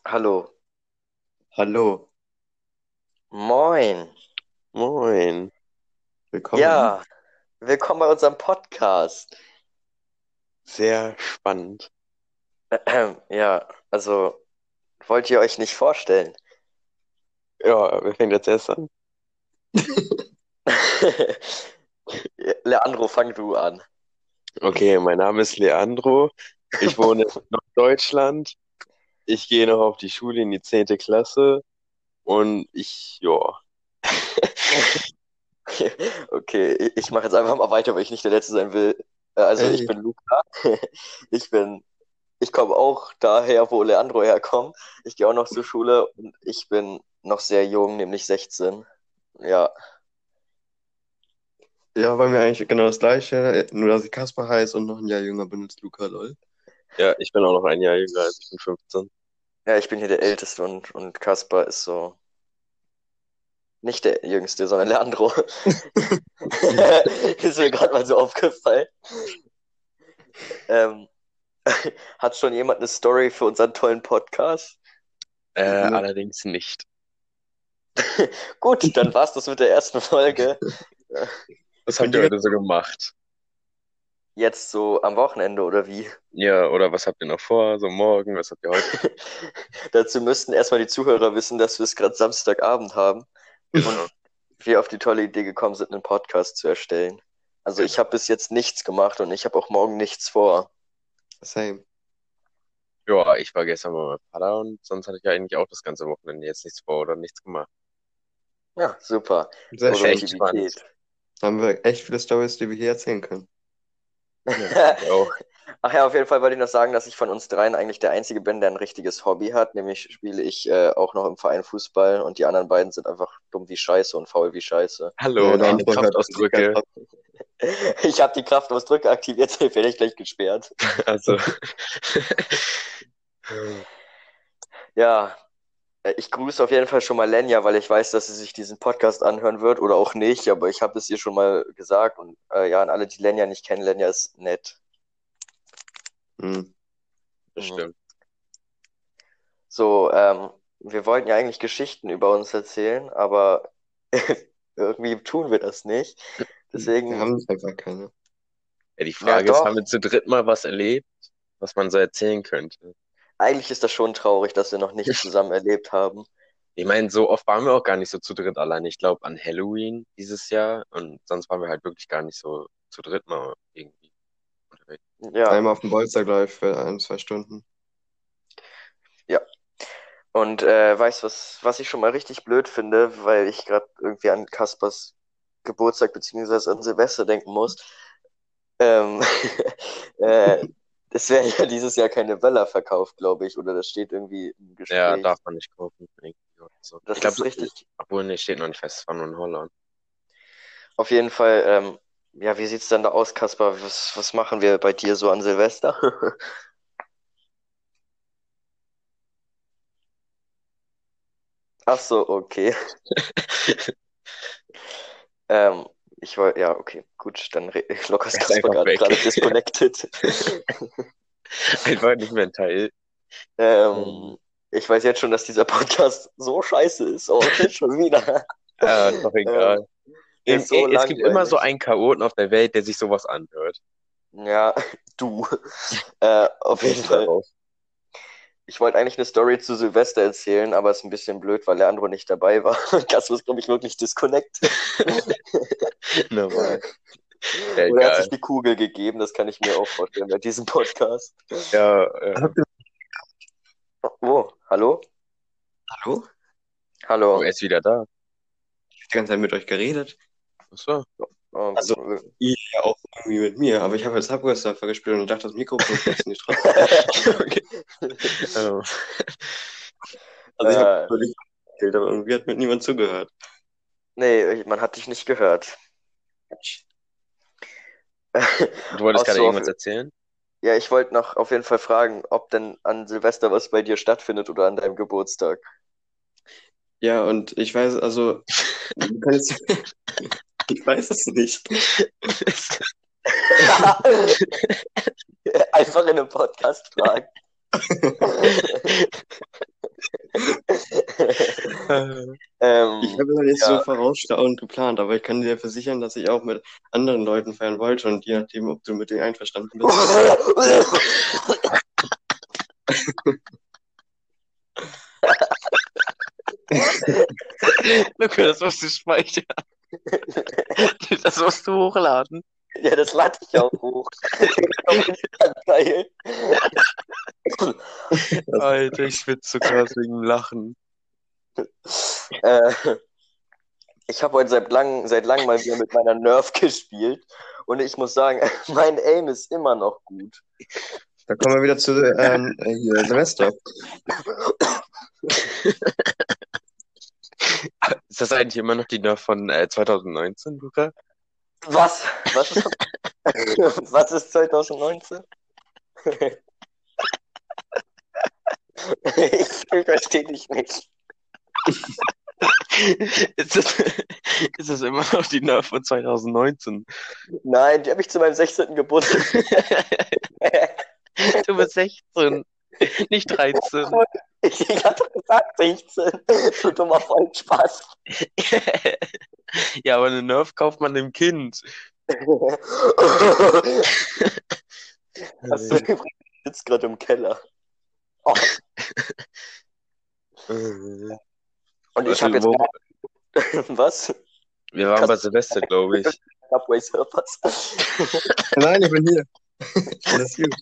Hallo. Hallo, Moin. Moin. willkommen. Ja, willkommen bei unserem Podcast. Sehr spannend. Ja, also wollt ihr euch nicht vorstellen? Ja, wer fängt jetzt erst an? Leandro, fang du an. Okay, mein Name ist Leandro. Ich wohne in Norddeutschland. Ich gehe noch auf die Schule in die 10. Klasse. Und ja. Okay, ich mache jetzt einfach mal weiter, weil ich nicht der Letzte sein will. Also ich Ey, bin Luca. Ich bin, ich komme auch daher, wo Leandro herkommt. Ich gehe auch noch zur Schule und ich bin noch sehr jung, nämlich 16. Ja, ja, bei mir eigentlich genau das Gleiche, nur dass ich Kaspar heiße und noch ein Jahr jünger bin als Luca, lol. Ja, ich bin auch noch ein Jahr jünger, als ich bin 15. ja, ich bin hier der Älteste und Kaspar ist so. Nicht der Jüngste, sondern Leandro. Ist mir gerade mal so aufgefallen. Ähm, hat schon jemand eine Story für unseren tollen Podcast? Ne, Allerdings nicht. Gut, dann war's das mit der ersten Folge. Was habt könnt ihr ihr, heute so gemacht? Jetzt so am Wochenende oder wie? Ja, oder was habt ihr noch vor? So morgen, was habt ihr heute? Dazu müssten erstmal die Zuhörer wissen, dass wir es gerade Samstagabend haben und Genau, wir auf die tolle Idee gekommen sind, einen Podcast zu erstellen. Also ich habe genau. bis jetzt nichts gemacht und ich habe auch morgen nichts vor. same. Ja, ich war gestern bei meinem Vater und sonst hatte ich eigentlich auch das ganze Wochenende jetzt nichts vor oder nichts gemacht. Ja, super. Sehr schön. Echt spannend. Produktivität. Haben wir echt viele Storys, die wir hier erzählen können. Ja, das finde ich auch. Ach ja, auf jeden Fall wollte ich noch sagen, dass ich von uns dreien eigentlich der Einzige bin, der ein richtiges Hobby hat. Nämlich spiele ich auch noch im Verein Fußball und die anderen beiden sind einfach dumm wie Scheiße und faul wie Scheiße. Hallo, Ja, der keine andere hört sich ganz Kraftausdrücke. ab. Ich habe die Kraftausdrücke aktiviert, jetzt werde ich gleich gesperrt. Also, Ja, ich grüße auf jeden Fall schon mal Lenja, weil ich weiß, dass sie sich diesen Podcast anhören wird oder auch nicht, aber ich habe es ihr schon mal gesagt und ja, an alle, die Lenja nicht kennen, Lenja ist nett. Hm. das Mhm. stimmt. So, wir wollten ja eigentlich Geschichten über uns erzählen, aber irgendwie tun wir das nicht. Wir Deswegen, haben einfach keine. Ja, die ja Frage ist, haben doch, wir zu dritt mal was erlebt, was man so erzählen könnte? eigentlich ist das schon traurig, dass wir noch nichts zusammen erlebt haben. Ich meine, so oft waren wir auch gar nicht so zu dritt allein. Ich glaube an Halloween dieses Jahr und sonst waren wir halt wirklich gar nicht so zu dritt mal irgendwie unterwegs. Ja, Einmal auf dem Bolzplatz gleich für 1, 2 Stunden. ja. Und weißt du, was ich schon mal richtig blöd finde, weil ich gerade irgendwie an Kaspers Geburtstag beziehungsweise an Silvester denken muss. Ähm, äh, es werden ja dieses Jahr keine Böller verkauft, glaube ich, oder das steht irgendwie im Ja, Gespräch. darf man nicht kaufen. Irgendwie oder so. Ich Das glaube, ist richtig. obwohl, nee, steht noch nicht fest, es war nur in Holland. Auf jeden Fall, ja, wie sieht's denn da aus, Kaspar? Was machen wir bei dir so an Silvester? Ach so, okay. Ähm, ich wollte, ja, okay, gut, dann lockers Er ist Kaspar einfach gerade weg. disconnected. Einfach nicht mehr ein Teil. Ähm, ich weiß jetzt schon, dass dieser Podcast so scheiße ist. Oh, jetzt schon wieder. Doch Ähm, egal. der ist so Es gibt immer so langweilig. einen Chaoten auf der Welt, der sich sowas anhört. Ja, du. Wie Auf jeden kommst du Fall. darauf? Ich wollte eigentlich eine Story zu Silvester erzählen, aber es ist ein bisschen blöd, weil Leandro nicht dabei war. Kaspar ist, glaube ich, wirklich disconnected. Normal. Ja, Oder er hat sich egal. die Kugel gegeben, das kann ich mir auch vorstellen bei diesem Podcast. Ja, Oh, hallo? Hallo? er Hallo. ist wieder da. Ich habe die ganze Zeit mit euch geredet. Ach so. Ähm, Also, ihr ja auch irgendwie mit mir, aber ich habe jetzt Subway Surfer gespielt und dachte, das Mikrofon passt nicht drauf. Okay. Ähm, Also, ich habe äh, wirklich erzählt, aber irgendwie hat mir niemand zugehört. nee, man hat dich nicht gehört. Du wolltest Ach gerade so, irgendwas erzählen? ja, ich wollte noch auf jeden Fall fragen, ob denn an Silvester was bei dir stattfindet oder an deinem Geburtstag. Ja, und ich weiß, also, du kannst, ich weiß es nicht. Einfach in einem Podcast fragen. Ich habe halt jetzt so Ja. vorausschauend geplant, aber ich kann dir versichern, dass ich auch mit anderen Leuten feiern wollte und je nachdem, ob du mit denen einverstanden bist. Luca, das musst du speichern. Das musst du hochladen. Ja, das lade ich auch hoch. Geil. Alter, ich schwitze so krass wegen dem Lachen. Äh, Ich habe heute seit langem mal wieder mit meiner Nerf gespielt und ich muss sagen, mein Aim ist immer noch gut. Da kommen wir wieder zu hier, Silvester. Ist das eigentlich immer noch die Nerf von 2019, Luca? Was? Was ist 2019? Ich verstehe dich nicht. Ist das immer noch die Nerf von 2019? Nein, die habe ich zu meinem 16. Geburtstag. Du bist 16, nicht 13. Ich hatte gesagt 16. Du dummer Vollspaß. Ja, aber eine Nerf kauft man dem Kind. Hast du übrigens sitzt gerade im Keller. Oh. Und ich habe jetzt. Was? Wir waren bei Silvester, glaube ich. Subway Surfers. Nein, ich bin hier. Alles gut.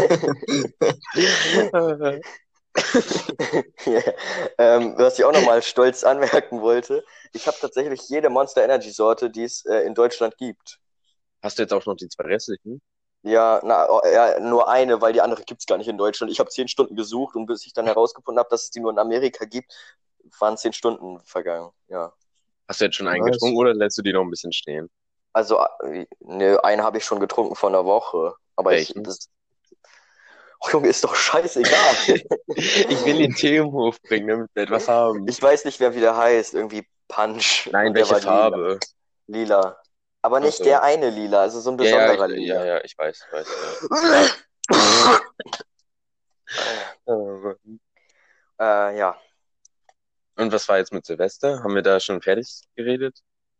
Was ich auch nochmal stolz anmerken wollte, ich habe tatsächlich jede Monster Energy Sorte, die es in Deutschland gibt. Hast du jetzt auch noch die zwei restlichen? Ja, nur eine, weil die andere gibt es gar nicht in Deutschland. Ich habe 10 Stunden gesucht und bis ich dann herausgefunden habe, dass es die nur in Amerika gibt, waren 10 Stunden vergangen. Ja. Hast du jetzt schon einen Nice. getrunken oder lässt du die noch ein bisschen stehen? Also, ne, einen habe ich schon getrunken vor einer Woche. Aber Welchen? Oh, Junge, ist doch scheißegal. Ich will den Tee im Hof bringen, damit wir etwas haben. Ich weiß nicht, wer wieder heißt. Irgendwie Punch. Nein, Und der welche war Farbe? Lila. Aber nicht Ach so. der eine Lila, also so ein besonderer Lila. Ja, ich weiß. Ja. Ja. Und was war jetzt mit Silvester? Haben wir da schon fertig geredet?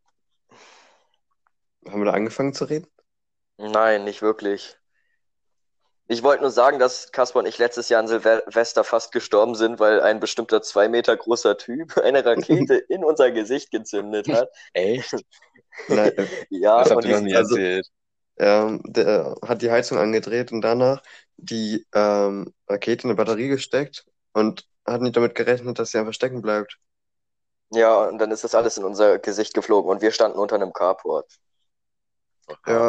Haben wir da angefangen zu reden? Nein, nicht wirklich. Ich wollte nur sagen, dass Kaspar und ich letztes Jahr an Silvester fast gestorben sind, weil ein bestimmter 2 Meter großer Typ eine Rakete in unser Gesicht gezündet hat. Echt? Nein, Ja, Das habt und ihr noch nie also- erzählt. der hat die Heizung angedreht und danach die Rakete in eine Batterie gesteckt und hat nicht damit gerechnet, dass sie einfach stecken bleibt. ja, und dann ist das alles in unser Gesicht geflogen und wir standen unter einem Carport. Ja,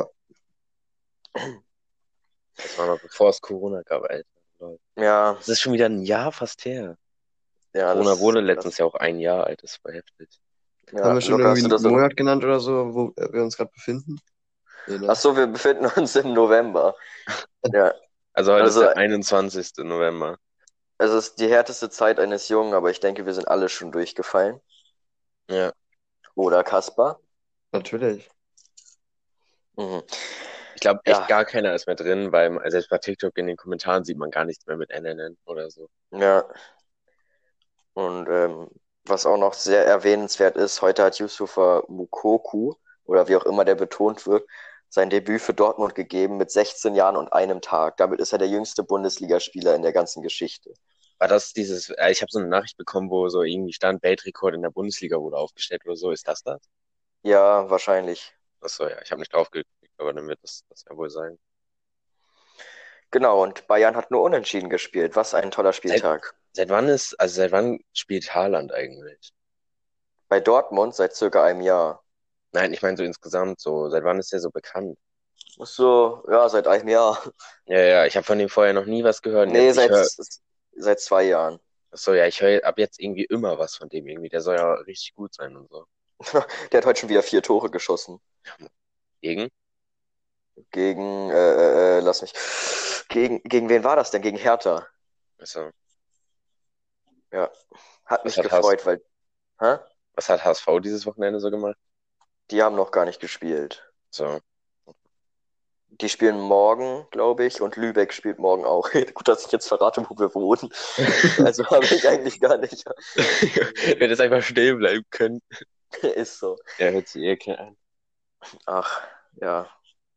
Das war noch bevor es Corona gab, Alter. Ja, Das ist schon wieder ein Jahr fast her. ja. Corona wurde letztens ja auch ein Jahr alt. Das war heftig. Ja, haben wir schon Luca, hast irgendwie du das einen Monat genannt oder so, wo wir uns gerade befinden? Nee, ne? Ach so, wir befinden uns im November. Ja, Also heute Also- ist der 21. November. es ist die härteste Zeit eines Jungen, aber ich denke, wir sind alle schon durchgefallen. Ja. Oder Kaspar? Natürlich. Mhm. Ich glaube, echt Ja. gar keiner ist mehr drin, weil selbst bei TikTok in den Kommentaren sieht man gar nichts mehr mit NNN oder so. Ja. Und was auch noch sehr erwähnenswert ist, heute hat Yusufa Moukoko, oder wie auch immer der betont wird, sein Debüt für Dortmund gegeben mit 16 Jahren und einem Tag. Damit ist er der jüngste Bundesligaspieler in der ganzen Geschichte. War das dieses, ich habe so eine Nachricht bekommen, wo so irgendwie stand, Weltrekord in der Bundesliga wurde aufgestellt oder so. Ist das das? Ja, wahrscheinlich. Achso, ja, ich habe nicht drauf geklickt, aber dann wird das ja wohl sein. Genau, und Bayern hat nur unentschieden gespielt. Was ein toller Spieltag. Seit wann spielt Haaland eigentlich? Bei Dortmund seit circa einem Jahr. Nein, ich meine so insgesamt so, seit wann ist der so bekannt? Ach so, ja, seit einem Jahr. Ja, ich habe von dem vorher noch nie was gehört. Und Nee, jetzt, seit 2 Jahren. Achso, ja, ich höre ab jetzt irgendwie immer was von dem irgendwie. Der soll ja richtig gut sein und so. Der hat heute schon wieder 4 Tore geschossen. Gegen? Gegen, lass mich. Gegen wen war das denn? Gegen Hertha. Achso. Ja. Hat mich Was hat gefreut, weil. Hä? Was hat HSV dieses Wochenende so gemacht? Die haben noch gar nicht gespielt. So. Die spielen morgen, glaube ich, und Lübeck spielt morgen auch. Gut, dass ich jetzt verrate, wo wir wohnen. Also habe ich eigentlich gar nicht. Wir hätten jetzt einfach stehen bleiben können. Ist so. Ja, hört sich eh keiner an. Ach, ja.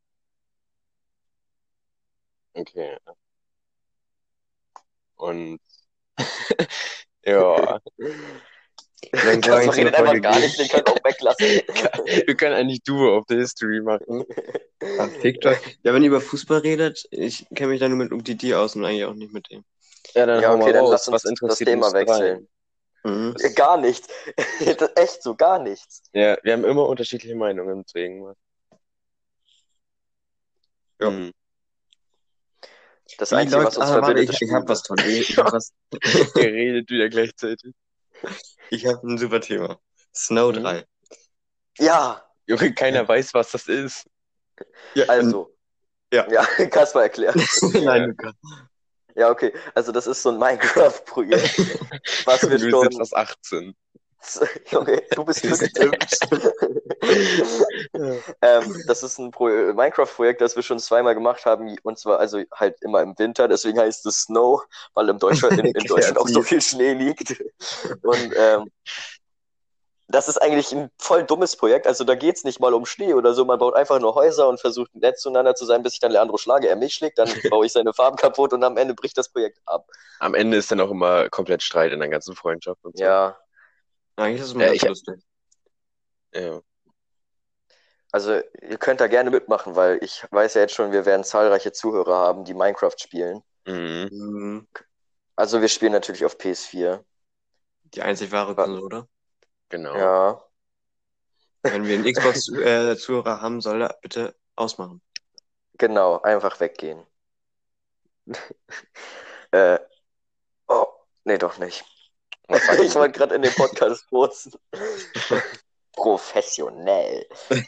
Okay. Und ja, Dann Das sage ich redet eine einfach Folge gar gehen. nicht, den könnt ihr auch weglassen. wir können eigentlich Duo of the History machen. Ach, fickt euch. Ja, wenn ihr über Fußball redet, ich kenne mich da nur mit Umtiti aus und eigentlich auch nicht mit dem. Ja, dann Ja, hau okay, mal dann raus. lass uns Was das interessiert Thema uns drei? wechseln. Mhm. Gar nichts. Echt so, gar nichts. Ja, wir haben immer unterschiedliche Meinungen zu irgendwas. Ja. Hm. Das Wie Einzige, was läuft's? uns Ah, warte, verbindet, ist ich hab was Spiele. Tolles. Ich hab was. Ihr redet wieder gleichzeitig. Ich habe ein super Thema. Snow Mhm. 3. Ja, Junge, keiner weiß, was das ist. Ja, also. Ja. Ja, kannst mal erklären. Nein, Luca. Ja, okay. Also das ist so ein Minecraft-Projekt, was wir Du bist jetzt schon... fast 18. Junge, du bist 15. Das ist ein Minecraft-Projekt, das wir schon zweimal gemacht haben, und zwar also halt immer im Winter, deswegen heißt es Snow, weil in Deutschland auch so viel Schnee liegt. Und das ist eigentlich ein voll dummes Projekt, also da geht's nicht mal um Schnee oder so, man baut einfach nur Häuser und versucht nett zueinander zu sein, bis ich dann Leandro schlage, er mich schlägt, dann baue ich seine Farben kaputt und am Ende bricht das Projekt ab. Am Ende ist dann auch immer komplett Streit in der ganzen Freundschaft und so. Ja, Eigentlich ist es immer ganz lustig. Ja. also ihr könnt da gerne mitmachen, weil ich weiß ja jetzt schon, wir werden zahlreiche Zuhörer haben, die Minecraft spielen. Mhm. Mhm. Also wir spielen natürlich auf PS4. Die einzig wahre Konsole, oder? Genau. Ja, Wenn wir einen Xbox-Zuhörer haben, soll er bitte ausmachen. genau, einfach weggehen. Oh, nee, doch nicht. Was sagst Ich du? wollte gerade in den Podcast posten. Professionell.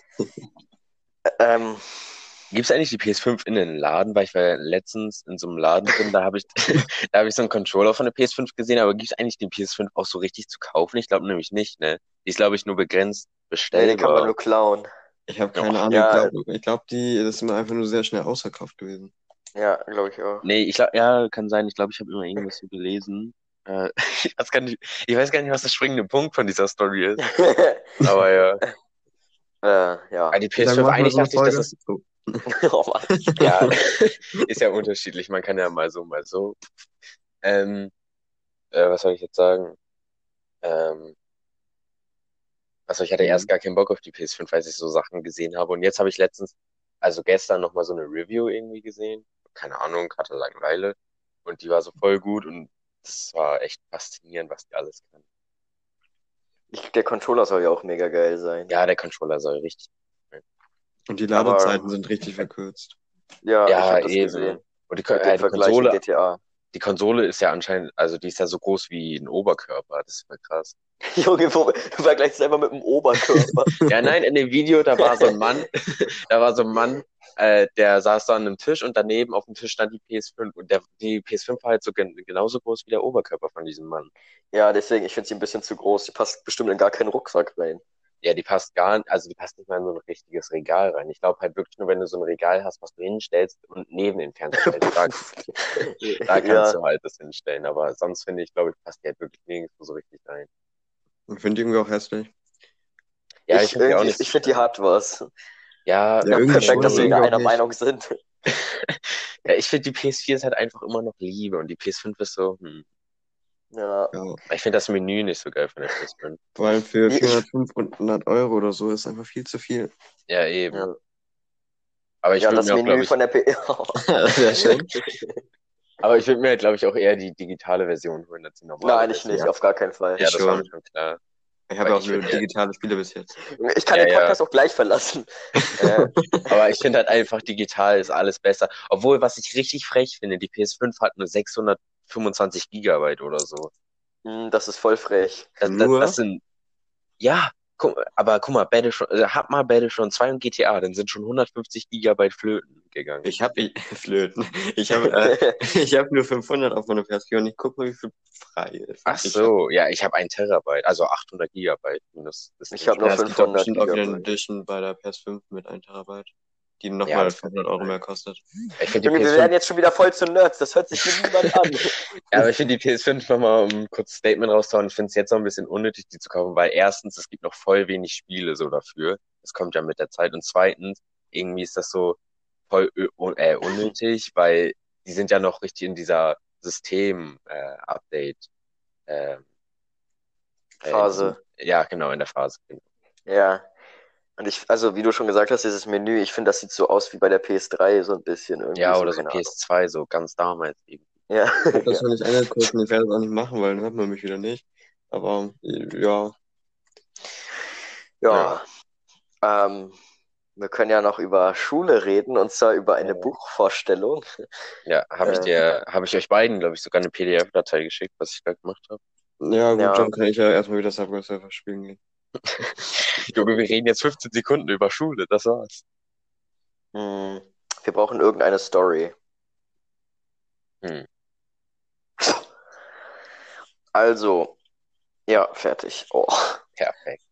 Gibt's eigentlich die PS5 in den Laden? Weil ich war ja letztens in so einem Laden drin, da habe ich, da habe ich so einen Controller von der PS5 gesehen, aber gibt's eigentlich die PS5 auch so richtig zu kaufen? Ich glaube nämlich nicht, ne? Die ist, glaube ich, nur begrenzt Nee, den kann man bestellbar. nur klauen. Ich habe keine Och, Ahnung. ja. Ich glaube, das ist immer einfach nur sehr schnell ausverkauft gewesen. Ja, glaube ich auch. Nee, ich glaube, ja, kann sein. Ich glaube, ich habe immer irgendwas so gelesen. Ich weiß gar nicht, was der springende Punkt von dieser Story ist. Aber ja. Ja. Die Ich sag, PS5, machen wir eigentlich so eine dachte ich, dass es, Folge. Oh Mann. ja, ist ja unterschiedlich. Man kann ja mal so, mal so. Was soll ich jetzt sagen? Also ich hatte erst gar keinen Bock auf die PS5, weil ich so Sachen gesehen habe. Und jetzt habe ich letztens, also gestern nochmal so eine Review irgendwie gesehen. Keine Ahnung, hatte Langeweile. Und die war so voll gut und das war echt faszinierend, was die alles kann. Der Controller soll ja auch mega geil sein. Ja, der Controller soll richtig. Und die Ladezeiten sind richtig verkürzt. Ja, ich Ja, habe das eben. gesehen. Und Mit dem Vergleich in GTA. Die Konsole ist ja anscheinend, also die ist ja so groß wie ein Oberkörper. Das ist voll krass. Junge, du vergleichst es einfach mit dem Oberkörper. Ja, nein, in dem Video, da war so ein Mann, der saß da an einem Tisch und daneben auf dem Tisch stand die PS5 und die PS5 war halt so genauso groß wie der Oberkörper von diesem Mann. Ja, deswegen, ich finde sie ein bisschen zu groß. Die passt bestimmt in gar keinen Rucksack rein. Ja, die passt die passt nicht mal in so ein richtiges Regal rein. Ich glaube halt wirklich nur, wenn du so ein Regal hast, was du hinstellst und neben den Fernseher stellst, da kannst du halt das hinstellen. Aber sonst finde ich, glaube ich, passt die halt wirklich nirgendwo so richtig rein. Ich finde die irgendwie auch hässlich. Ja, ich finde die auch nicht so Ich finde, die hat was. Ja, irgendwie Perfekt, schon, dass wir irgendwie da auch einer nicht. Meinung sind. Ja, ich finde, die PS4 ist halt einfach immer noch Liebe und die PS5 ist so, Ja. Ja. Ich finde das Menü nicht so geil von der PS5. Vor allem für Ich- 400 Euro oder so ist einfach viel zu viel. Ja, eben. Ja. Aber ich Ja, würde das mir auch, Menü glaube ich, von der Sehr schön. aber ich würde mir, glaube ich, auch eher die digitale Version holen als die normale Nein, ich nicht, Version. auf gar keinen Fall. Ja, das war schon. mir schon klar. Ich habe ja auch Ich nur finde- digitale Spiele bis jetzt. Ich kann Ja, den Podcast auch gleich verlassen. Aber ich finde halt einfach, digital ist alles besser. Obwohl, was ich richtig frech finde, die PS5 hat nur 625 Gigabyte oder so. Das ist voll frech. Das sind, ja, guck mal, hab mal Battlefront 2 und GTA, dann sind schon 150 Gigabyte flöten gegangen. Ich habe Flöten. Ich habe nur 500 auf meiner PS4 und ich guck mal, wie viel frei ist. Ach so, ja, ich habe 1 Terabyte, also 800 Gigabyte. Das ist Ich hab noch Es gibt auch 500 bestimmt auch wieder eine Gigabyte. Edition bei der PS5 mit 1 Terabyte. die Ja, nochmal das kann 500 nicht Euro sein. mehr kostet. Ich finde die Junge, wir PS5, werden jetzt schon wieder voll zu Nerds. Das hört sich hier niemand an. ja, aber ich finde die PS5 nochmal, um kurz ein Statement rauszuhauen, ich finde es jetzt noch ein bisschen unnötig, die zu kaufen, weil erstens, es gibt noch voll wenig Spiele so dafür. Das kommt ja mit der Zeit. Und zweitens, irgendwie ist das so voll unnötig, weil die sind ja noch richtig in dieser System-Update, äh, Phase. ja, genau, in der Phase. Ja. Und also wie du schon gesagt hast, dieses Menü, ich finde, das sieht so aus wie bei der PS3, so ein bisschen irgendwie, Ja, so, oder so keine Ahnung. PS2, so ganz damals irgendwie. Ja. Ich habe das schon nicht angeguckt und ich werde es auch nicht machen, weil dann hört man mich wieder nicht. Aber ja, Ja. Wir können ja noch über Schule reden, und zwar über eine Buchvorstellung. Ja, habe ich euch beiden, glaube ich, sogar eine PDF-Datei geschickt, was ich da gemacht habe. ja gut, Ja. dann kann ich ja erstmal wieder Subway Surfer spielen gehen. Junge, wir reden jetzt 15 Sekunden über Schule, das war's. Wir brauchen irgendeine Story. Hm. Also, ja, fertig. Oh. Perfekt.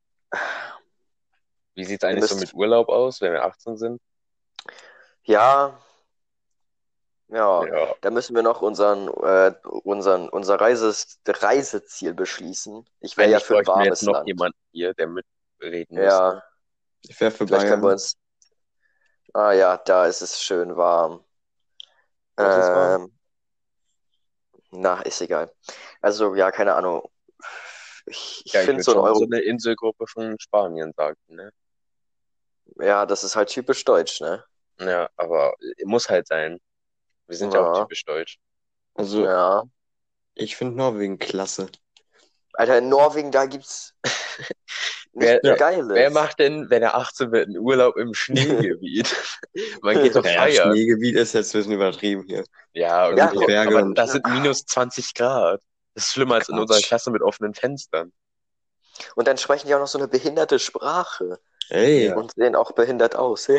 Wie sieht's Ihr eigentlich so müsst, mit Urlaub aus, wenn wir 18 sind? ja, Ja, da müssen wir noch unser Reiseziel beschließen. Ich wäre wenn ja nicht, für ein bräuchten wir jetzt warmes noch Land. jemanden hier, der mitreden müsste. Ja, Ich wäre für vielleicht können wir Bayern. uns. Ah ja, da ist es schön warm. Wo ist es warm? Na, ist egal. Also, ja, keine Ahnung. Ich Ja, ich finde würde so ein schon so Euro. eine Inselgruppe von Spanien sagen, ne? Ja, das ist halt typisch deutsch, ne? Ja, aber muss halt sein. Wir sind ja auch Ja, typisch deutsch. Also, ja. ich finde Norwegen klasse. Alter, in Norwegen, da gibt's Wer, nichts Ja. wer Geiles. macht denn, wenn er 18 wird, einen Urlaub im Schneegebiet? Man geht doch Ja, feiern. Schneegebiet ist jetzt ein bisschen übertrieben hier. Ja, Ja, okay, Berge aber und das sind minus 20 Grad. Das ist schlimmer als in unserer Quatsch. Klasse mit offenen Fenstern. und dann sprechen die auch noch so eine behinderte Sprache Ey, Ja. und sehen auch behindert aus.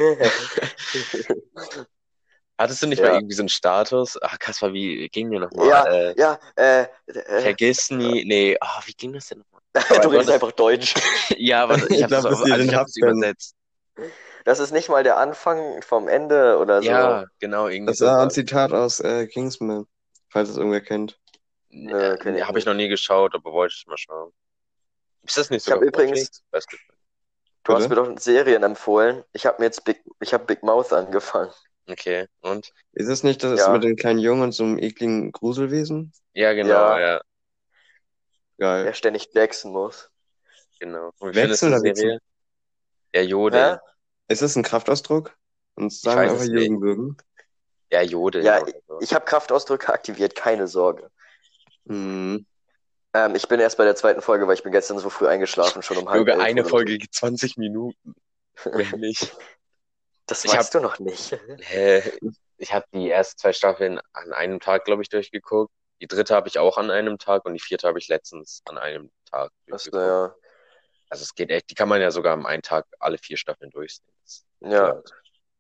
Hattest du nicht mal Ja, irgendwie so einen Status? Ach, Kaspar, wie ging der nochmal? Vergiss nie. Nee, wie ging das denn nochmal? Aber du du redest hattest, einfach Deutsch. ja, aber ich glaube, dass ihr also den ich habe habt es dann. übersetzt. Das ist nicht mal der Anfang vom Ende oder so. Ja, genau, irgendwie Das war ein sowas. Zitat aus Kingsman, falls es irgendwer kennt. Nö, kenn ich Habe ich nicht. noch nie geschaut, aber wollte ich mal schauen. Ist das nicht Ich habe sogar auf übrigens, Netflix? Weiß nicht. du hast mir Bitte? doch Serien empfohlen. Ich habe Big Mouth angefangen. Okay, und? Ist es nicht das Ja, mit dem kleinen Jungen und so einem ekligen Gruselwesen? Ja, genau, ja, ja, Geil. der ständig wechseln muss. genau. Und wie findest Wechseln du oder die Wichsen? Serie? Ja, Jodeln. Hä? Ist es ein Kraftausdruck? Und Ich sagen wir weiß einfach es nicht. Jugendbürgen? Ja, Jodeln Ja, oder so. ich habe Kraftausdrücke aktiviert, keine Sorge. Hm. Ich bin erst bei der zweiten Folge, weil ich bin gestern so früh eingeschlafen, schon um Junge, 10:30 eine oder Folge so. geht 20 Minuten. Mehr nicht. Das Ich hab, weißt du noch nicht. ich habe die ersten 2 Staffeln an einem Tag, glaube ich, durchgeguckt. Die dritte habe ich auch an einem Tag und die vierte habe ich letztens an einem Tag Achso, durchgeguckt. ja. Also es geht echt, die kann man ja sogar am einen Tag alle 4 Staffeln durchsehen. Das ist Ja. bekloppt.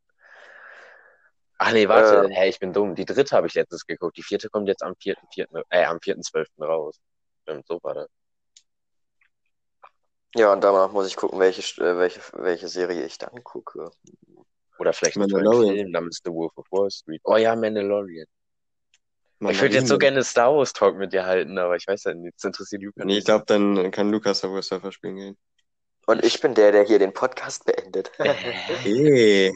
Ach nee, warte, Ähm, ich bin dumm. Die dritte habe ich letztens geguckt. Die vierte kommt jetzt am 4.12. raus. Stimmt, so war das. ja, und danach muss ich gucken, welche Serie ich dann gucke. Oder vielleicht einen tollen Mandalorian. Film namens The Wolf of Wall Street. Oh ja, Mandalorian. Ich würde jetzt so Mandarine. gerne Star Wars Talk mit dir halten, aber ich weiß ja nicht, das interessiert Luca Nee, ich nicht. glaube, dann kann Lukas Subway Surfer spielen gehen. Und ich bin der hier den Podcast beendet. Hey.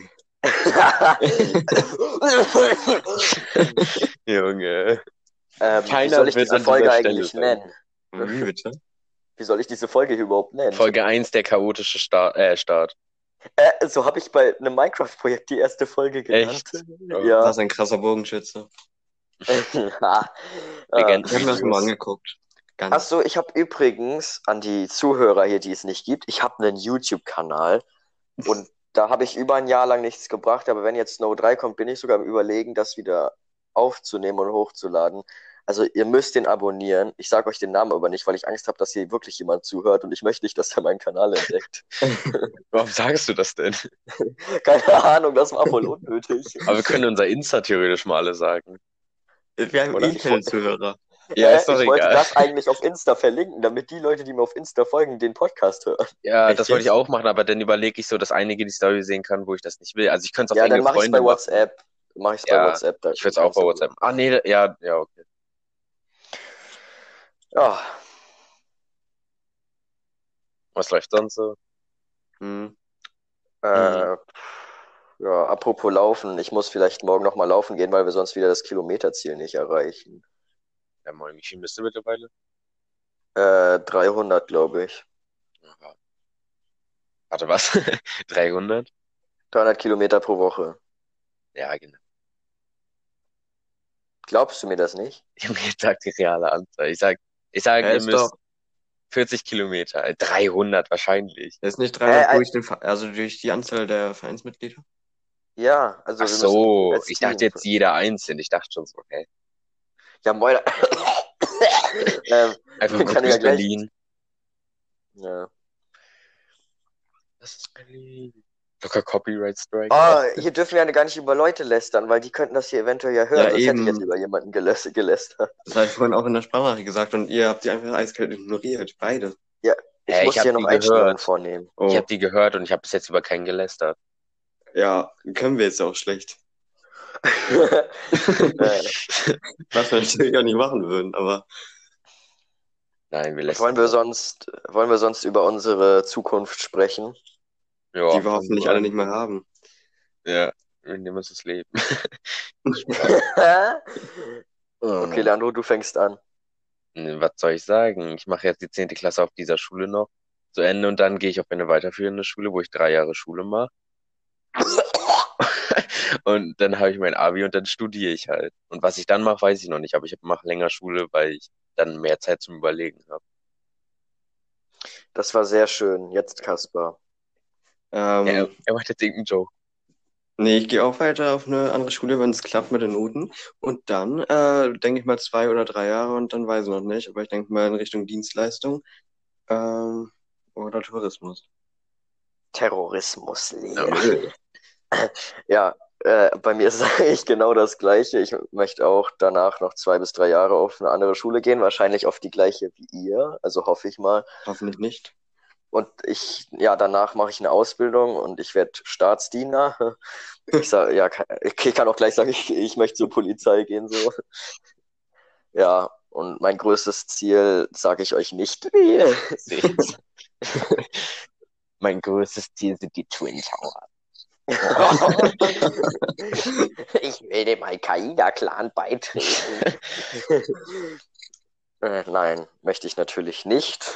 Junge. Wie Keiner soll ich wird diese an Folge dieser eigentlich Stelle sein. nennen? Wie bitte? Wie soll ich diese Folge hier überhaupt nennen? Folge 1, der chaotische Start. So habe ich bei einem Minecraft-Projekt die erste Folge genannt. Echt? Das Ja. ist ein krasser Bogenschütze. Legenden. Ich habe mir das mal angeguckt. Ganz. Achso, ich habe übrigens an die Zuhörer hier, die es nicht gibt, ich habe einen YouTube-Kanal und da habe ich über ein Jahr lang nichts gebracht, aber wenn jetzt Snow 3 kommt, bin ich sogar am Überlegen, das wieder aufzunehmen und hochzuladen. Also ihr müsst den abonnieren. Ich sage euch den Namen aber nicht, weil ich Angst habe, dass hier wirklich jemand zuhört und ich möchte nicht, dass er meinen Kanal entdeckt. Warum sagst du das denn? Keine Ahnung, das war voll unnötig. Aber wir können unser Insta theoretisch mal alle sagen. Wir haben Oder? eh keine Zuhörer. Ja, ist doch Ich wollte egal. das eigentlich auf Insta verlinken, damit die Leute, die mir auf Insta folgen, den Podcast hören. Ja, Echt das wollte ich jetzt? auch machen, aber dann überlege ich so, dass einige die Story sehen kann, wo ich das nicht will. Also ich könnte es auf Ja, dann enge mache ich es bei Freunde machen. WhatsApp. Mache ich es bei Ja, WhatsApp, da ich würde es kann auch ich bei es WhatsApp. Ah, nee, ja, ja, okay. Ja, Was läuft sonst so? Hm. äh, ja, apropos Laufen, ich muss vielleicht morgen nochmal laufen gehen, weil wir sonst wieder das Kilometerziel nicht erreichen. Ja, moin, wie viel bist du mittlerweile? 300, glaube ich. Ja. Warte, was? 300? 300 Kilometer pro Woche. Ja, genau. Glaubst du mir das nicht? Ich habe jetzt gesagt, die reale Anzahl. Ich sag, ihr Ist doch, müsst 40 Kilometer. 300 wahrscheinlich. ist nicht 300 Äh, äh, durch also durch die Anzahl der Vereinsmitglieder? ja, also Ach wir müssen so, als ich dachte Team. jetzt jeder einzeln. Ich dachte schon so, hä? Ja, moin. Einfach mal Kann ich ja grüß gleich. Berlin. Ja. Das ist Berlin. Locker Copyright Strike. Oh, hier dürfen wir ja gar nicht über Leute lästern, weil die könnten das hier eventuell ja hören. Ja, Sonst hätte ich jetzt eben. über jemanden gelästert. Das habe ich vorhin auch in der Sprachnachricht gesagt und ihr habt die einfach eiskalt ignoriert. Beide. Ja, ich Hä, muss ich hab hier noch die Einstellungen gehört. vornehmen. Ich Oh, habe die gehört und ich habe bis jetzt über keinen gelästert. ja, können wir jetzt auch schlecht. Was wir natürlich auch nicht machen würden, aber Nein, wir wollen lästern wir nicht. wollen wir sonst über unsere Zukunft sprechen? Ja, die wir fang hoffentlich du alle an. nicht mehr haben. Ja, wir nehmen uns das Leben. Okay, Leandro, du fängst an. Was soll ich sagen? Ich mache jetzt die 10. Klasse auf dieser Schule noch zu Ende und dann gehe ich auf eine weiterführende Schule, wo ich 3 Jahre Schule mache. Und dann habe ich mein Abi und dann studiere ich halt. Und was ich dann mache, weiß ich noch nicht, aber ich mache länger Schule, weil ich dann mehr Zeit zum Überlegen habe. Das war sehr schön. Jetzt Kaspar. Ja, er macht jetzt irgendeinen Joke. Nee, ich gehe auch weiter auf eine andere Schule, wenn es klappt mit den Noten. Und dann denke ich mal 2 oder 3 Jahre und dann weiß ich noch nicht. Aber ich denke mal in Richtung Dienstleistung oder Tourismus. Terrorismuslehre. Ja, bei mir ist eigentlich genau das Gleiche. Ich möchte auch danach noch 2 bis 3 Jahre auf eine andere Schule gehen, wahrscheinlich auf die gleiche wie ihr, also hoffe ich mal. Hoffentlich nicht. Und danach mache ich eine Ausbildung und ich werde Staatsdiener. Ich sage, ja, ich kann auch gleich sagen, ich möchte zur Polizei gehen, so. Ja, und mein größtes Ziel sage ich euch nicht. Seht's. Mein größtes Ziel sind die Twin Tower. Ich will dem Al-Qaida-Clan beitreten. Nein, möchte ich natürlich nicht.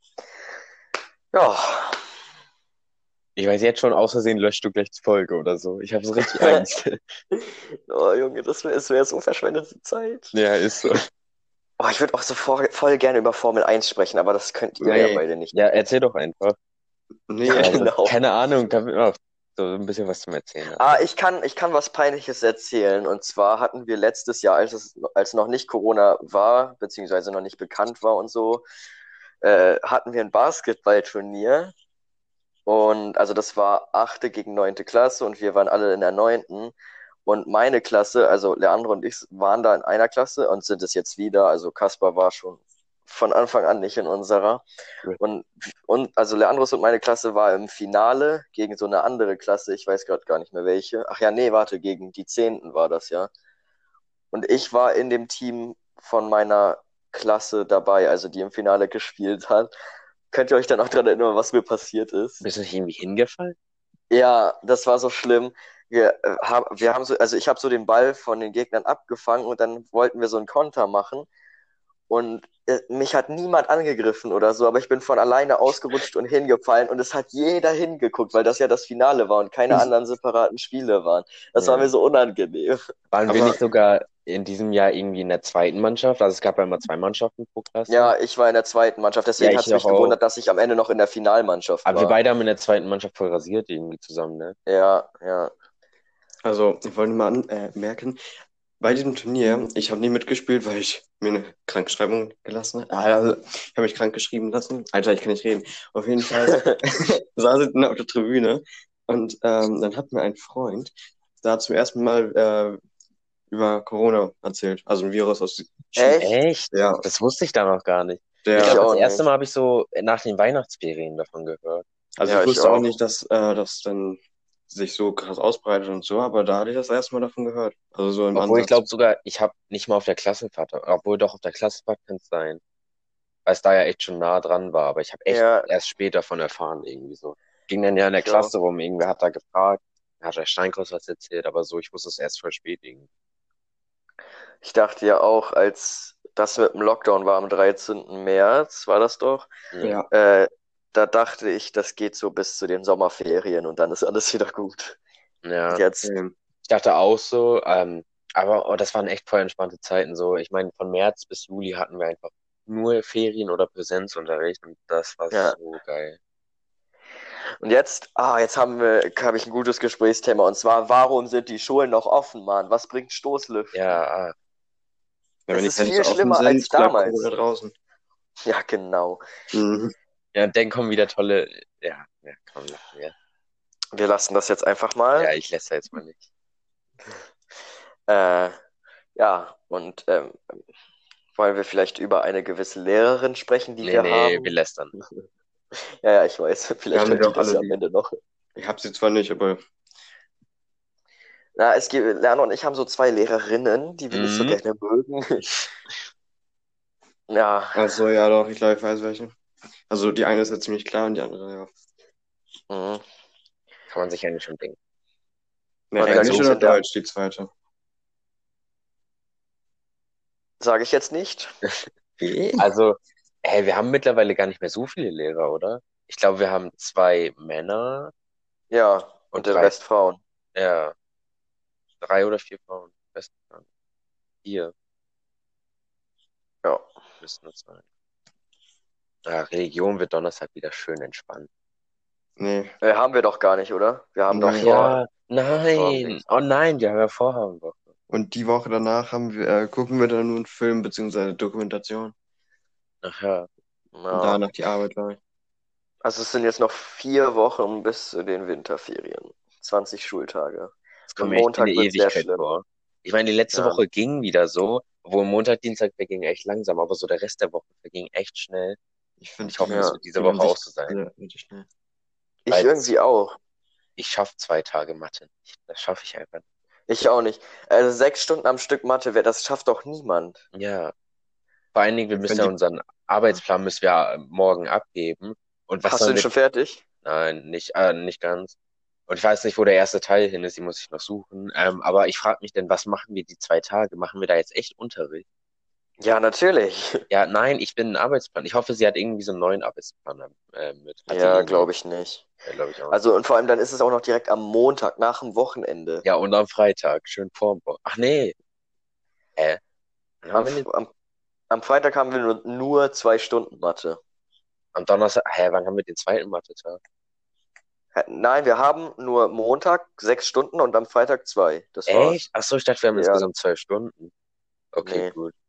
Ja. Ich weiß jetzt schon, aus Versehen löscht du gleich die Folge oder so. Ich habe so richtig Angst. Oh, Junge, das wäre so verschwendete Zeit. Ja, ist so. Oh, ich würde auch so voll gerne über Formel 1 sprechen, aber das könnt ihr ja Nee. beide nicht. Ja, erzähl doch einfach. Nee, Ja, Also, genau. keine Ahnung, da wird man auch so ein bisschen was zum Erzählen haben. Ah, ich kann was Peinliches erzählen. Und zwar hatten wir letztes Jahr, als noch nicht Corona war, beziehungsweise noch nicht bekannt war und so, hatten wir ein Basketballturnier. Und also das war 8. gegen 9. Klasse und wir waren alle in der 9. Und meine Klasse, also Leandro und ich, waren da in einer Klasse und sind es jetzt wieder. Also Kaspar war schon von Anfang an nicht in unserer. Und also Leandros und meine Klasse war im Finale gegen so eine andere Klasse. Ich weiß gerade gar nicht mehr welche. Ach ja, nee, warte, gegen die 10. war das ja. Und ich war in dem Team von meiner Klasse dabei, also die im Finale gespielt hat. Könnt ihr euch dann auch daran erinnern, was mir passiert ist? Bist du nicht irgendwie hingefallen? Ja, das war so schlimm. Wir haben so, also ich habe so den Ball von den Gegnern abgefangen und dann wollten wir so einen Konter machen. Und mich hat niemand angegriffen oder so, aber ich bin von alleine ausgerutscht und hingefallen und es hat jeder hingeguckt, weil das ja das Finale war und keine anderen separaten Spiele waren. Das war mir so unangenehm. Waren wir Aber- nicht sogar in diesem Jahr irgendwie in der zweiten Mannschaft? Also es gab ja immer 2 Mannschaften pro Klasse. Ja, ich war in der zweiten Mannschaft, deswegen Ja, hat es ich mich doch auch. gewundert, dass ich am Ende noch in der Finalmannschaft Aber wir war. beide haben in der zweiten Mannschaft voll rasiert irgendwie zusammen, ne? Ja. Also, ich wollte mal anmerken, bei diesem Turnier, ich habe nie mitgespielt, weil ich mir eine Krankschreibung gelassen habe. Also, ich habe mich krank geschrieben lassen. Alter, ich kann nicht reden. Auf jeden Fall saß ich dann auf der Tribüne und dann hat mir ein Freund da zum ersten Mal über Corona erzählt. Also ein Virus aus China. Echt? Echt? Ja, Das wusste ich da noch gar nicht. Ich der, Ich glaube, das auch erste Mal nicht. habe ich so nach den Weihnachtsferien davon gehört. also Ja, ich ich wusste auch auch. nicht, dass das dann sich so krass ausbreitet und so, aber da hatte ich das erste Mal davon gehört. Also so im Obwohl ich Ansatz. glaube sogar, ich habe nicht mal auf der Klassenfahrt, obwohl doch auf der Klassenfahrt kann es sein, weil es da ja echt schon nah dran war, aber ich habe echt Ja, erst später davon erfahren irgendwie so. Ging dann ja in der ich auch. Klasse rum, irgendwer hat da gefragt, hat der Steinkoß was erzählt, aber so, ich wusste es erst voll spät irgendwie. Ich dachte ja auch, als das mit dem Lockdown war am 13. März, war das doch, Ja, Ja, äh, da dachte ich, das geht so bis zu den Sommerferien und dann ist alles wieder gut. Und ja. jetzt, Ich dachte auch so, aber das waren echt voll entspannte Zeiten so. Ich meine, von März bis Juli hatten wir einfach nur Ferien oder Präsenzunterricht und das war ja. so geil. Und jetzt habe ich ein gutes Gesprächsthema und zwar, warum sind die Schulen noch offen, Mann? Was bringt Stoßlüften? Ja, ja, wenn Es die ist Fenster viel offen schlimmer als sind, bleibt Corona damals. draußen. Ja, genau. Mhm. ja, dann kommen wieder tolle, ja, komm, lassen wir. Wir lassen das jetzt einfach mal. Ja, ich lässt jetzt mal nicht. Äh, ja, und wollen wir vielleicht über eine gewisse Lehrerin sprechen, die wir Nee, wir haben? lästern. Ja, ja, ich weiß. Wir Vielleicht haben die hört die doch das alle ja am lieb. Ende noch. Ich habe sie zwar nicht, aber Na, Lerner und ich haben so zwei Lehrerinnen, die wir nicht so Mhm. gerne mögen. Ja, ach so, ja doch, ich glaube, ich weiß welche. Also die eine ist ja ziemlich klar und die andere, ja. mhm. Kann man sich eigentlich schon denken. Ne, Und dann Englisch gibt's oder in der, Deutsch, die zweite? sage ich jetzt nicht. Wie? Also, hey, wir haben mittlerweile gar nicht mehr so viele Lehrer, oder? Ich glaube, wir haben zwei Männer Ja, und und den Rest Frauen. ja, drei oder vier Frauen. Besten Frauen. Vier Ja. müssten es sein. Ja, Religion wird Donnerstag wieder schön entspannt. Nee, Haben wir doch gar nicht, oder? Wir haben doch Ach nee. vor, ja, vor dem nein. Dings. Oh nein, die haben ja Vorhabenwoche. Und die Woche danach gucken wir dann nur einen Film beziehungsweise Dokumentation. Ach ja. Und Ja. danach die Arbeit, glaube ich. Also es sind jetzt noch 4 Wochen bis zu den Winterferien. 20 Schultage. Das kommt Und mir echt wie eine Montag wird sehr Ewigkeit schlimm. vor. Ich meine, die letzte Ja. Woche ging wieder so, obwohl Montag, Dienstag verging echt langsam, aber so der Rest der Woche verging echt schnell. Ich Und finde, ich hoffe, die es Ja. wird diese gehen an Woche auch sich so sein. alle richtig schnell. Ich Weil irgendwie auch. ich schaffe 2 Tage Mathe nicht. Das schaffe ich einfach Ich auch nicht. Also 6 Stunden am Stück Mathe, das schafft doch niemand. nicht. Ja. Vor allen Dingen, wir müssen Wenn ja die, unseren Arbeitsplan müssen wir morgen abgeben. Und was Hast du sollen den wir? schon fertig? Nein, nicht ganz. Und ich weiß nicht, wo der erste Teil hin ist, die muss ich noch suchen. Aber ich frage mich denn, was machen wir die 2 Tage? Machen wir da jetzt echt Unterricht? Ja, natürlich. Ja, nein, ich bin ein Arbeitsplan. Ich hoffe, sie hat irgendwie so einen neuen Arbeitsplan mit. Hat die Ja, eh nicht. glaube ich nicht. Ja, glaube ich auch nicht. Also und vor allem dann ist es auch noch direkt am Montag nach dem Wochenende. Ja, und am Freitag, schön vorm Wochen. Ach nee, hä? Wann haben Am, wir den? am, am Freitag haben wir nur 2 Stunden Mathe. Am Donnerstag, hä, wann haben wir den zweiten Mathe-Tag? Nein, wir haben nur Montag 6 Stunden und am Freitag 2. Das Echt? war's. Ach so, ich dachte, wir haben Ja, insgesamt 12 Stunden. Okay, nee. gut.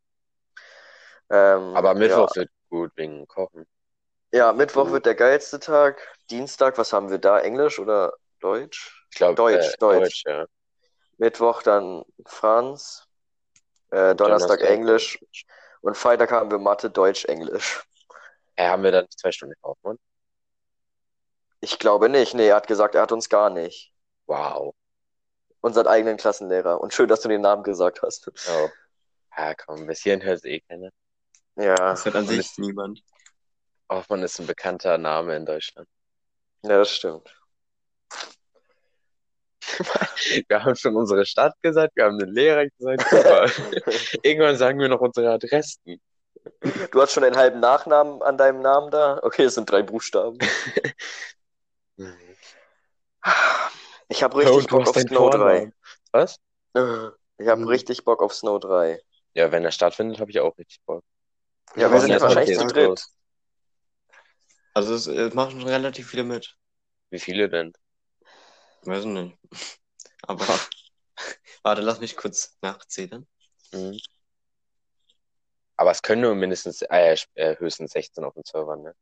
Aber Ja. Mittwoch wird gut wegen Kochen. Ja, Mittwoch Gut. wird der geilste Tag. Dienstag, was haben wir da? Englisch oder Deutsch? Ich glaube, Deutsch, Deutsch. Deutsch, ja. Mittwoch dann Franz. Und Donnerstag Donnerstag Englisch. Und Freitag haben wir Mathe, Deutsch, Englisch. haben wir dann nicht 2 Stunden Kaufmann? Ich glaube nicht. Nee, er hat gesagt, er hat uns gar nicht. Wow. Unseren eigenen Klassenlehrer. Und schön, dass du den Namen gesagt hast. Oh. Ja, komm, bis hierhin hört es eh keiner. Ja, das hört an Man sich ist, niemand. Hoffmann ist ein bekannter Name in Deutschland. ja, das stimmt. Wir haben schon unsere Stadt gesagt, wir haben den Lehrer gesagt, super. Irgendwann sagen wir noch unsere Adressen. Du hast schon den halben Nachnamen an deinem Namen da? Okay, es sind 3 Buchstaben. Ich habe richtig Und du Bock hast auf deinen Snow 3. Vornamen. Was? Ich habe richtig Bock auf Snow 3. Ja, wenn er stattfindet, habe ich auch richtig Bock. Ja, Ich wir weiß sind Hoffen, ja nicht, es kommt wann wahrscheinlich es zu jetzt startet. dritt. los. Also es machen relativ viele mit. Wie viele denn? Weiß nicht. Aber warte, lass mich kurz nachzählen. Mhm. Aber es können nur mindestens höchstens 16 auf dem Server, ne?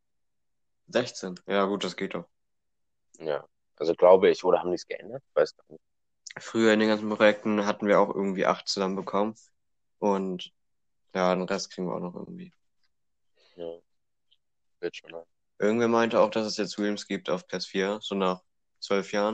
16. Ja, gut, das geht doch. Ja. Also glaube ich, oder haben die es geändert? Weiß gar nicht. früher in den ganzen Projekten hatten wir auch irgendwie 8 zusammenbekommen. Und ja, den Rest kriegen wir auch noch irgendwie. Ja, wird schon. Ne? Irgendwer meinte auch, dass es jetzt Realms gibt auf PS4, so nach 12 Jahren.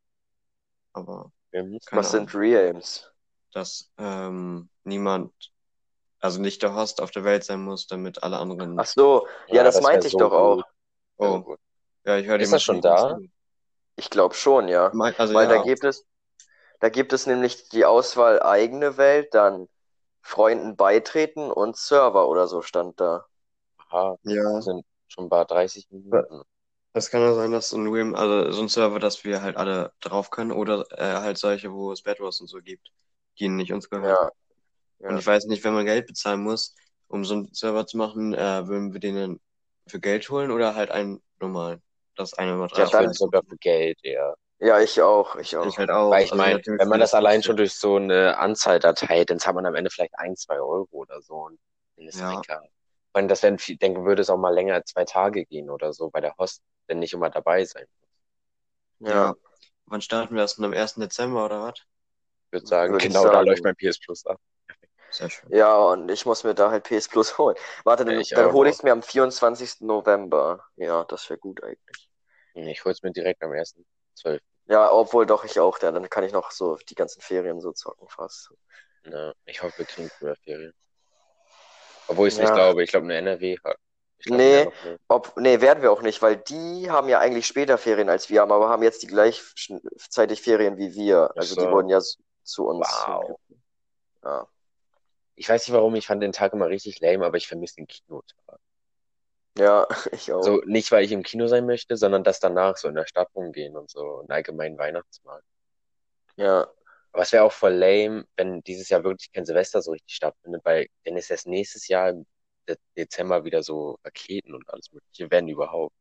Aber keine Was Ahnung. sind Realms? Dass niemand, also nicht der Host auf der Welt sein muss, damit alle anderen. Ach so, ja, das das wäre meinte ich so doch auch. gut. Wär so Oh, gut. ja, ich höre Ist jemanden das von schon dir da? zu. Ich glaube schon, ja. Also Weil ja, da gibt es nämlich die Auswahl eigene Welt, dann Freunden beitreten und Server oder so stand da. Aha, wir ja. sind schon bei 30 Minuten. Es kann ja sein, dass so ein Realm, also so ein Server, dass wir halt alle drauf können oder halt solche, wo es Bed Wars und so gibt, die nicht uns gehören. Ja, Und ja. ich weiß nicht, wenn man Geld bezahlen muss, um so einen Server zu machen, würden wir den dann für Geld holen oder halt einen normalen? Das eine mal Ja, Ich würde dann, sogar für Geld eher. ja, ich auch, ich Ich auch. halt auch. Weil ich Also je meine, nachdem, wie wenn man viel das das allein schon kostet. durch so eine Anzahl Datei, dann zahlt man am Ende vielleicht 1, 2 € oder so und dann ist auch Ja, egal. Und das wären, denke, würde es auch mal länger als 2 Tage gehen oder so, weil der Host dann nicht immer dabei sein muss. Ja, ja. Wann starten wir das denn? Am 1. Dezember oder was? Ich würde sagen, würde ich genau da läuft sagen. mein PS Plus ab. Sehr schön. Ja, und ich muss mir da halt PS Plus holen. Warte, Ja, dann, ich dann auch hole ich noch. es mir am 24. November. Ja, das wäre gut eigentlich. Ich hol's mir direkt am 1.12. Ja, obwohl doch ich auch, ja, dann kann ich noch so die ganzen Ferien so zocken fast. Ja, ich hoffe, wir kriegen früher Ferien. Obwohl ich es nicht Ja, glaube. Ich glaube, eine NRW hat. Ich glaube, mehr nee, noch nicht. nee, werden wir auch nicht, weil die haben ja eigentlich später Ferien als wir haben, aber haben jetzt die gleichzeitig Ferien wie wir. Ach Also die so, wurden ja zu uns wow. hingebracht. Ja. Ich weiß nicht warum, ich fand den Tag immer richtig lame, aber ich vermisse den Kinotag. Ja, ich auch. So, nicht weil ich im Kino sein möchte, sondern das danach so in der Stadt rumgehen und so, einen allgemeinen Weihnachtsmarkt. Ja, Aber es wäre auch voll lame, wenn dieses Jahr wirklich kein Silvester so richtig stattfindet, weil dann ist erst nächstes Jahr im Dezember wieder so Raketen und alles Mögliche, wenn überhaupt.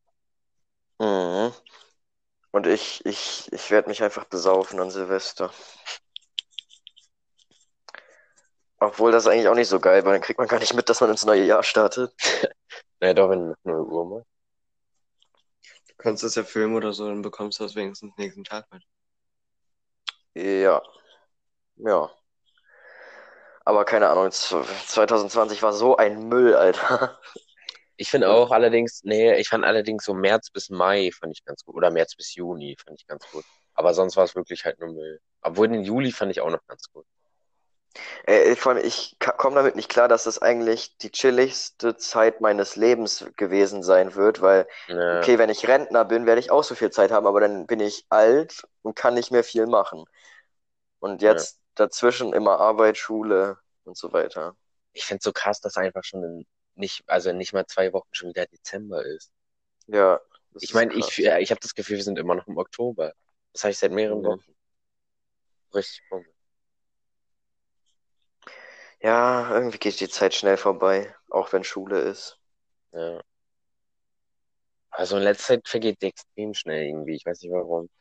mhm. Und ich werde mich einfach besaufen an Silvester. Obwohl das ist eigentlich auch nicht so geil, weil dann kriegt man gar nicht mit, dass man ins neue Jahr startet. Naja, doch, wenn 0 Uhr mal. Du kannst das ja filmen oder so, dann bekommst du das wenigstens nächsten Tag mit. Ja, ja. Aber keine Ahnung, 2020 war so ein Müll, Alter. Ich finde auch allerdings, nee, ich fand allerdings so März bis Mai fand ich ganz gut. Oder März bis Juni fand ich ganz gut. Aber sonst war es wirklich halt nur Müll. Obwohl den Juli fand ich auch noch ganz gut. Vor allem, ich komme damit nicht klar, dass das eigentlich die chilligste Zeit meines Lebens gewesen sein wird, weil, Ja, okay, wenn ich Rentner bin, werde ich auch so viel Zeit haben, aber dann bin ich alt und kann nicht mehr viel machen. Und ja. jetzt dazwischen immer Arbeit, Schule und so weiter. Ich finde so krass, dass einfach schon also nicht mal 2 Wochen schon wieder Dezember ist. Ja, das Ich ist meine, krass. ich habe das Gefühl, wir sind immer noch im Oktober. Das heißt seit mehreren Mhm. Wochen. Richtig komisch. Ja, irgendwie geht die Zeit schnell vorbei, auch wenn Schule ist. Ja. Also in letzter Zeit vergeht die extrem schnell irgendwie. Ich weiß nicht warum.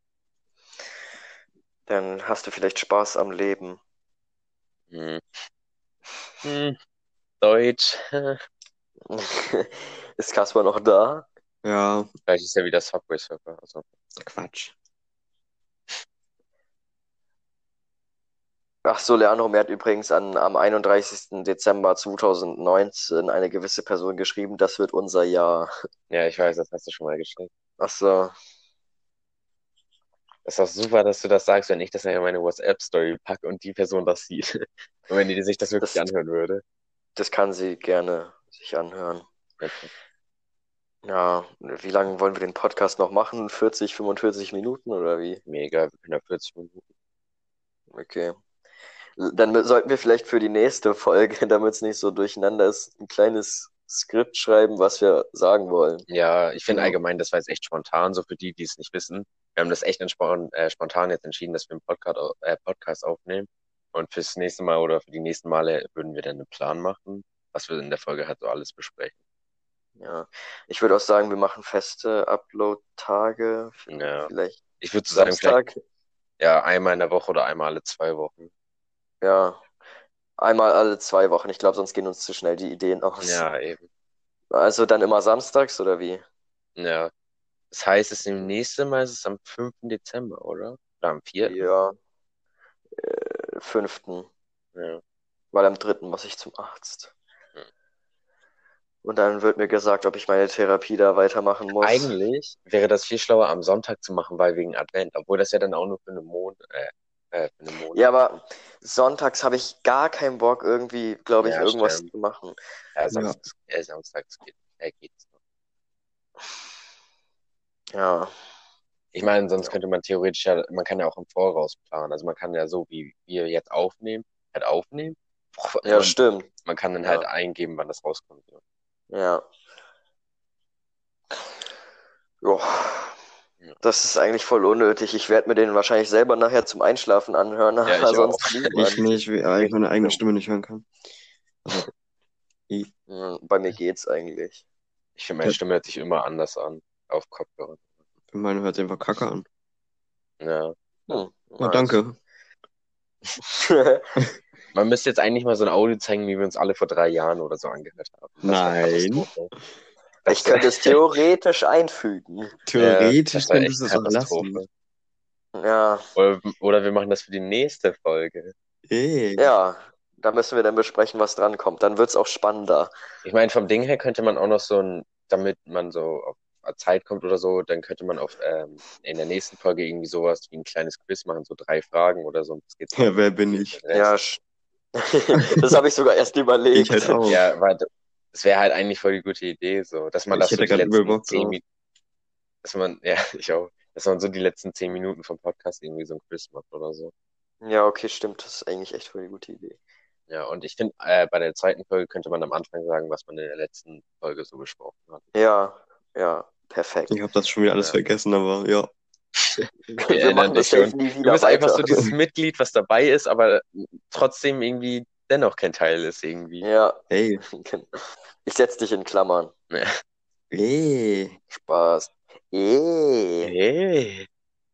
Dann hast du vielleicht Spaß am Leben. Hm. Hm. Deutsch. Ist Kaspar noch da? Ja, Vielleicht ist ja wieder Subway Surfer. Also. Quatsch. Ach so, Leandro, mir hat übrigens am 31. Dezember 2019 eine gewisse Person geschrieben, das wird unser Jahr. Ja, ich weiß, das hast du schon mal geschrieben. Ach so, Das ist auch super, dass du das sagst, wenn ich das in meine WhatsApp-Story packe und die Person das sieht. Und wenn die sich das wirklich das, anhören würde. das kann sie gerne sich anhören. Okay. Ja, wie lange wollen wir den Podcast noch machen? 40, 45 Minuten oder wie? Mega, wir können ja 40 Minuten. Okay. Dann sollten wir vielleicht für die nächste Folge, damit es nicht so durcheinander ist, ein kleines Skript schreiben, was wir sagen wollen. Ja, ich finde Ja. allgemein, das war jetzt echt spontan, so für die, die es nicht wissen. Wir haben das echt spontan jetzt entschieden, dass wir einen Podcast aufnehmen. Und fürs nächste Mal oder für die nächsten Male würden wir dann einen Plan machen, was wir in der Folge halt so alles besprechen. Ja, ich würde auch sagen, wir machen feste Upload-Tage, Ja, vielleicht ich würde so sagen, vielleicht Samstag. ja einmal in der Woche oder einmal alle 2 Wochen. Ja, einmal alle 2 Wochen. Ich glaube, sonst gehen uns zu schnell die Ideen aus. Ja, eben. Also dann immer samstags oder wie? Ja. Das heißt, das nächste Mal ist es am 5. Dezember, oder? Oder am 4.? Ja, 5. Ja. Weil am 3. muss ich zum Arzt. Hm. Und dann wird mir gesagt, ob ich meine Therapie da weitermachen muss. Eigentlich wäre das viel schlauer am Sonntag zu machen, weil wegen Advent, obwohl das ja dann auch nur für einen Monat. Ja, aber sonntags habe ich gar keinen Bock, irgendwie, glaube ich, Ja, irgendwas stimmt. zu machen. Ja, samstags geht's noch. Ja. Ich meine, sonst Ja. könnte man theoretisch ja, man kann ja auch im Voraus planen. Also man kann ja so, wie wir jetzt aufnehmen, halt aufnehmen. Ja, Und stimmt. man kann dann Ja. halt eingeben, wann das rauskommt. Ja. Jo. Ja. Das ist eigentlich voll unnötig. Ich werde mir den wahrscheinlich selber nachher zum Einschlafen anhören, Ja, aber ich sonst auch. niemand. Ich nicht, weil ich meine eigene Stimme nicht hören kann. Also, Bei mir geht's eigentlich. Ich finde, meine Stimme hört sich immer anders an auf Kopfhörer. meine hört sich einfach kacke an. Ja. Ja, Nice. danke. Man müsste jetzt eigentlich mal so ein Audio zeigen, wie wir uns alle vor 3 Jahren oder so angehört haben. Das wäre Nein. Katastrophe. Ich könnte es theoretisch einfügen. Theoretisch das wäre könntest du echt es auch lassen. Katastrophe. Ja. Oder wir machen das für die nächste Folge. Ja, da müssen wir dann besprechen, was dran kommt. Dann wird's auch spannender. Ich meine, vom Ding her könnte man auch noch so ein, damit man so auf Zeit kommt oder so, dann könnte man in der nächsten Folge irgendwie sowas wie ein kleines Quiz machen, so 3 Fragen oder so. Das geht Ja, wer bin ich? Ja, das habe ich sogar erst überlegt. Ich halt auch. Ja, weil das wäre halt eigentlich voll die gute Idee, so, dass man Ich das so hätte die grad übel letzten Bock 10 drauf. Minuten, dass man, ja, ich auch, dass man so die letzten 10 Minuten vom Podcast irgendwie so ein Quiz macht oder so. Ja, okay, stimmt. Das ist eigentlich echt voll eine gute Idee. Ja, und ich finde, bei der zweiten Folge könnte man am Anfang sagen, was man in der letzten Folge so besprochen hat. Ja, perfekt. Ich habe das schon wieder alles Ja. vergessen, aber ja. Wir erinnern machen das dich schon. safe nie Du wieder bist einfach weiter. so dieses Mitglied, was dabei ist, aber trotzdem irgendwie dennoch kein Teil ist irgendwie. Ja, Hey. ich setz dich in Klammern. Ja. Hey. Spaß. Hey.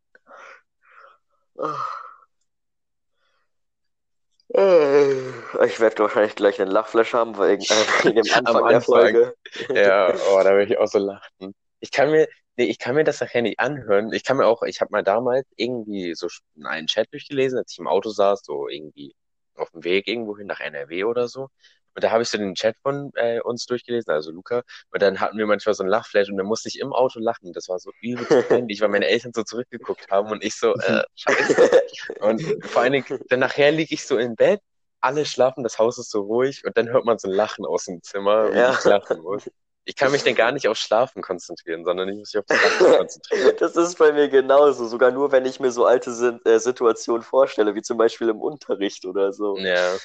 Ich werde wahrscheinlich gleich einen Lachflash haben wegen dem Anfang Am der Anfang. Folge. Ja, oh, da will ich auch so lachen. Ich kann mir das nachher nicht anhören. Ich habe mal damals irgendwie so einen Chat durchgelesen, als ich im Auto saß, so irgendwie auf dem Weg irgendwohin nach NRW oder so. Und da habe ich so den Chat von uns durchgelesen, also Luca. Und dann hatten wir manchmal so einen Lachflash und dann musste ich im Auto lachen. Das war so übelst peinlich, weil meine Eltern so zurückgeguckt haben und ich so, scheiße. Und vor allen Dingen, dann nachher liege ich so im Bett, alle schlafen, das Haus ist so ruhig und dann hört man so ein Lachen aus dem Zimmer, wie Ja. ich lachen muss. Ich kann mich dann gar nicht aufs Schlafen konzentrieren, sondern ich muss mich auf das Lachen konzentrieren. Das ist bei mir genauso. Sogar nur, wenn ich mir so alte Situationen vorstelle, wie zum Beispiel im Unterricht oder so. Ja,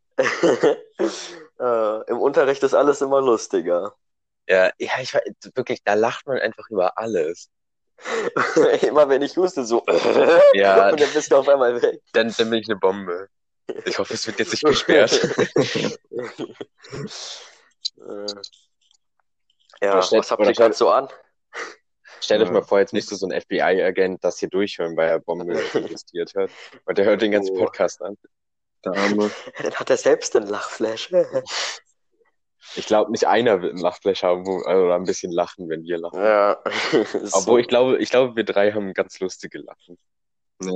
Im Unterricht ist alles immer lustiger. ja, wirklich, da lacht man einfach über alles. Immer wenn ich huste, so. Ja. Und dann bist du auf einmal weg. Dann bin ich eine Bombe. Ich hoffe, es wird jetzt nicht gesperrt. Ja, Aber was habt ihr gerade so an? Stellt euch mal vor, jetzt müsste so ein FBI-Agent das hier durchhören, weil er Bombe registriert hat. Und der hört den ganzen Podcast an. Der Arme. Dann hat er selbst einen Lachflash. Ich glaube, nicht einer wird einen Lachflash haben oder ein bisschen lachen, wenn wir lachen. Ja. Obwohl, ich glaube, wir 3 haben ganz lustige Lachen. Nee.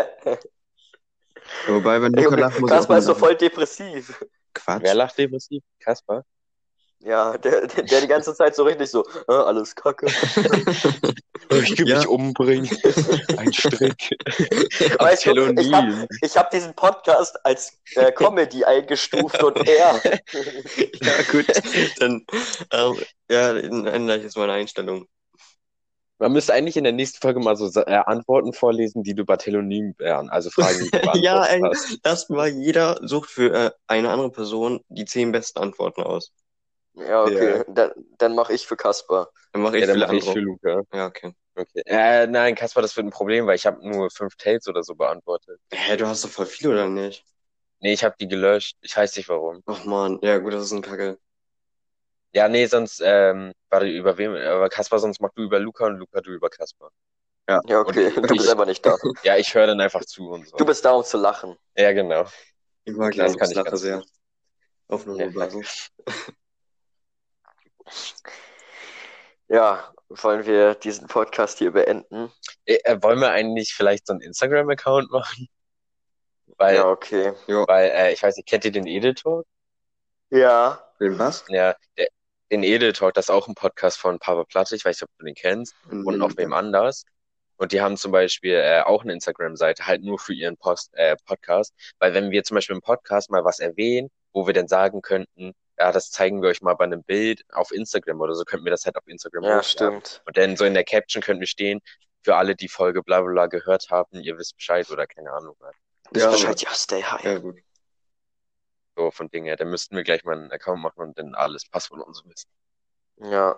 Wobei, wenn Luca lacht, muss ich auch Kaspar ist so lachen. voll depressiv. Quatsch. Wer lacht depressiv? Kaspar? Ja, der die ganze Zeit so richtig so, alles Kacke. Ich will mich umbringen. Ein Strick. Weißt du, ich hab diesen Podcast als Comedy eingestuft und er. Ja, gut. Dann ändere ich jetzt meine Einstellung. Man müsste eigentlich in der nächsten Folge mal so Antworten vorlesen, die du bei Telonym also Fragen, die du beantwortet Ja, ey, hast. erstmal jeder sucht für eine andere Person die 10 besten Antworten aus. Ja, okay. Dann mache ich für Kaspar. Dann mache ich dann für mache ich für Luca. Ja, okay. Nein, Kaspar, das wird ein Problem, weil ich habe nur 5 Tales oder so beantwortet. Hä, du hast doch voll viel, oder nicht? Nee, ich habe die gelöscht. Ich weiß nicht warum. Ach man, ja gut, das ist ein Kacke. Ja, nee, sonst, warte, über wem? Aber Kaspar, sonst mach du über Luca und Luca, du über Kaspar. Ja, okay. Du bist einfach nicht da. Ja, ich höre dann einfach zu und so. Du bist da, um zu lachen. Ja, genau. Ich mag Das das kann ich Lache ganz sehr. gut. Auf Nummer Basis. Ja, wollen wir diesen Podcast hier beenden? Wollen wir eigentlich vielleicht so einen Instagram-Account machen? Weil, Ja, okay. ich weiß nicht, kennt ihr den Edel Talk? Ja. Den was? Ja, den Edel Talk, das ist auch ein Podcast von Papa Platte, ich weiß nicht, ob du den kennst, und noch wem anders. Und die haben zum Beispiel auch eine Instagram-Seite, halt nur für ihren Podcast. Weil wenn wir zum Beispiel im Podcast mal was erwähnen, wo wir dann sagen könnten, ja, das zeigen wir euch mal bei einem Bild auf Instagram oder so, könnten wir das halt auf Instagram Ja, hochladen. stimmt. Und dann so in der Caption könnten wir stehen, für alle, die Folge bla bla bla gehört haben, ihr wisst Bescheid oder keine Ahnung. Ja, Bescheid, ja, stay high. Ja, gut. So von Dingen her. Dann müssten wir gleich mal einen Account machen und dann alles Passwort und so wissen. Ja.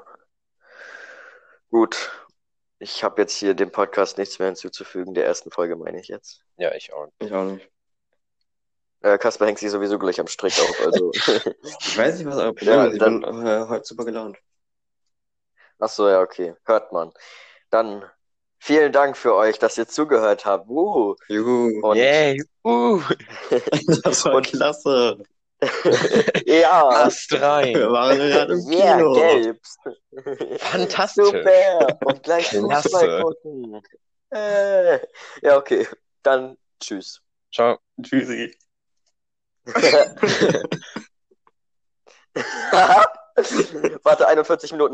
Gut. Ich habe jetzt hier dem Podcast nichts mehr hinzuzufügen. Der ersten Folge meine ich jetzt. Ja, ich auch. Ich auch nicht. Kasper hängt sich sowieso gleich am Strick auf, also. Ich weiß nicht, was euer Problem Ja, ist. Ich dann- bin heute super gelaunt. Ach so, ja, okay. Hört man. Dann vielen Dank für euch, dass ihr zugehört habt. Juhu. Und Yay! Das war Und- klasse. ja. Ast rein! Wir waren gerade im Ja, Kino. gelb. Fantastisch. Super. Und gleich Klasse. Fußball gucken. Ja, okay. Dann tschüss. Ciao. Tschüssi. Warte, 41 Minuten.